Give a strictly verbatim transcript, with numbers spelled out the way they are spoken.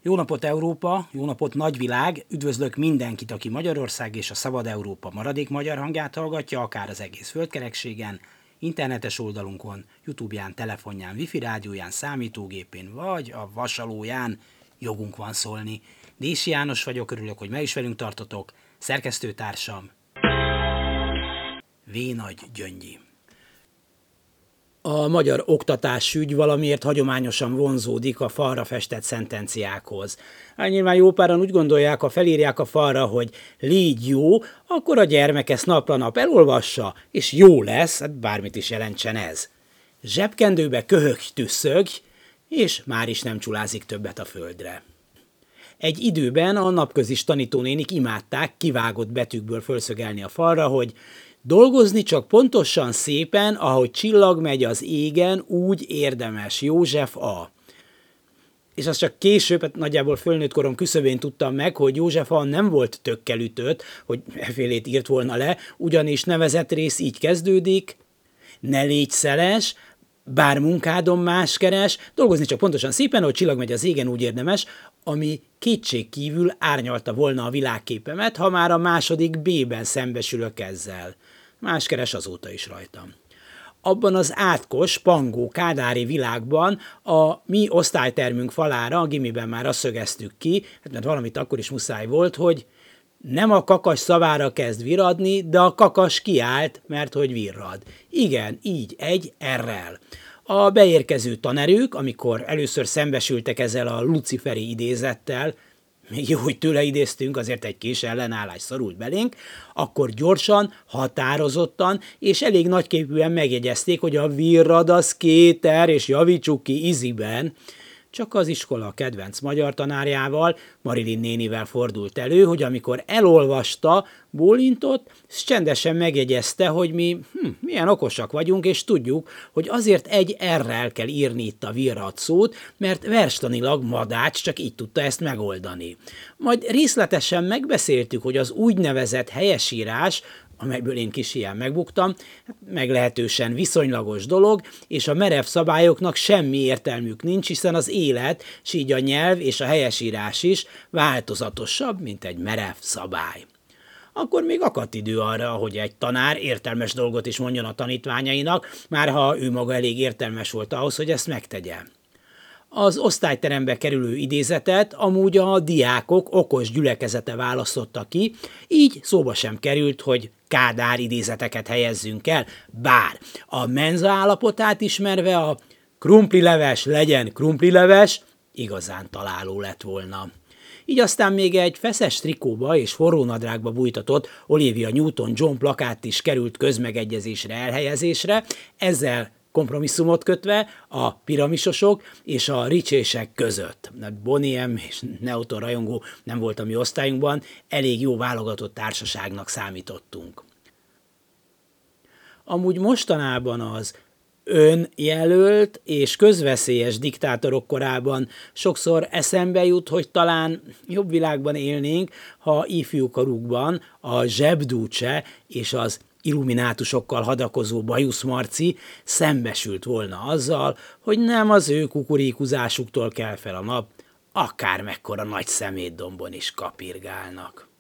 Jó napot Európa, jó napot nagyvilág, üdvözlök mindenkit, aki Magyarország és a Szabad Európa maradék magyar hangját hallgatja, akár az egész földkerekségen, internetes oldalunkon, YouTube-ján, telefonján, wifi rádióján, számítógépén vagy a vasalóján. Jogunk van szólni. Dési János vagyok, örülök, hogy meg is velünk tartotok, szerkesztőtársam V. Nagy Gyöngyi. A magyar oktatásügy valamiért hagyományosan vonzódik a falra festett szentenciákhoz. Hát nyilván jó páran úgy gondolják, ha felírják a falra, hogy légy jó, akkor a gyermek ezt napra nap elolvassa, és jó lesz, hát bármit is jelentsen ez. Zsebkendőbe köhögj, tüsszögj, és már is nem csulázik többet a földre. Egy időben a napközis tanítónénik imádták kivágott betűkből fölszögelni a falra, hogy dolgozni csak pontosan, szépen, ahogy csillag megy az égen, úgy érdemes, József A. És azt csak később, hát nagyjából fölnőtt korom küszöbén tudtam meg, hogy József A. nem volt tökkel ütött, hogy effélét írt volna le, ugyanis nevezett rész így kezdődik: ne légy szeles, bár munkádon más keres, dolgozni csak pontosan szépen, ahogy csillag megy az égen, úgy érdemes, ami kétség kívül árnyalta volna a világképemet, ha már a második B-ben szembesülök ezzel. Más keres azóta is rajtam. Abban az átkos, pangó, kádári világban a mi osztálytermünk falára, a gimiben már azt szögeztük ki, hát mert valamit akkor is muszáj volt, hogy nem a kakas szavára kezd viradni, de a kakas kiállt, mert hogy virrad. Igen, így, egy errel. A beérkező tanerők, amikor először szembesültek ezzel a luciferi idézettel, még jó, hogy tőle idéztünk, azért egy kis ellenállás szorult belénk, akkor gyorsan, határozottan és elég nagyképűen megjegyezték, hogy a virrad az kéter, és javítsuk ki iziben. Csak az iskola kedvenc magyar tanárjával, Marilyn nénivel fordult elő, hogy amikor elolvasta, bólintott, és csendesen megjegyezte, hogy mi hm, milyen okosak vagyunk, és tudjuk, hogy azért egy errel kell írni itt a virrad szót, mert verstanilag Madács csak így tudta ezt megoldani. Majd részletesen megbeszéltük, hogy az úgynevezett helyesírás, amelyből én kis ilyen megbuktam, meglehetősen viszonylagos dolog, és a merev szabályoknak semmi értelmük nincs, hiszen az élet, s így a nyelv és a helyesírás is változatosabb, mint egy merev szabály. Akkor még akadt idő arra, hogy egy tanár értelmes dolgot is mondjon a tanítványainak, már ha ő maga elég értelmes volt ahhoz, hogy ezt megtegye. Az osztályterembe kerülő idézetet amúgy a diákok okos gyülekezete választotta ki, így szóba sem került, hogy Kádár idézeteket helyezzünk el, bár a menza állapotát ismerve a krumplileves legyen krumplileves igazán találó lett volna. Így aztán még egy feszes trikóba és forrónadrágba bújtatott Olivia Newton-John plakát is került közmegegyezésre, elhelyezésre, ezzel kompromisszumot kötve a piramisosok és a ricsések között. Boniem és Newton rajongó nem volt a mi osztályunkban, elég jó válogatott társaságnak számítottunk. Amúgy mostanában az önjelölt és közveszélyes diktátorok korában sokszor eszembe jut, hogy talán jobb világban élnénk, ha ifjúkorukban a zsebdúcse és az illuminátusokkal hadakozó Bajusz Marci szembesült volna azzal, hogy nem az ő kukurékuzásuktól kell fel a nap, akár mekkora nagy szemétdombon is kapirgálnak.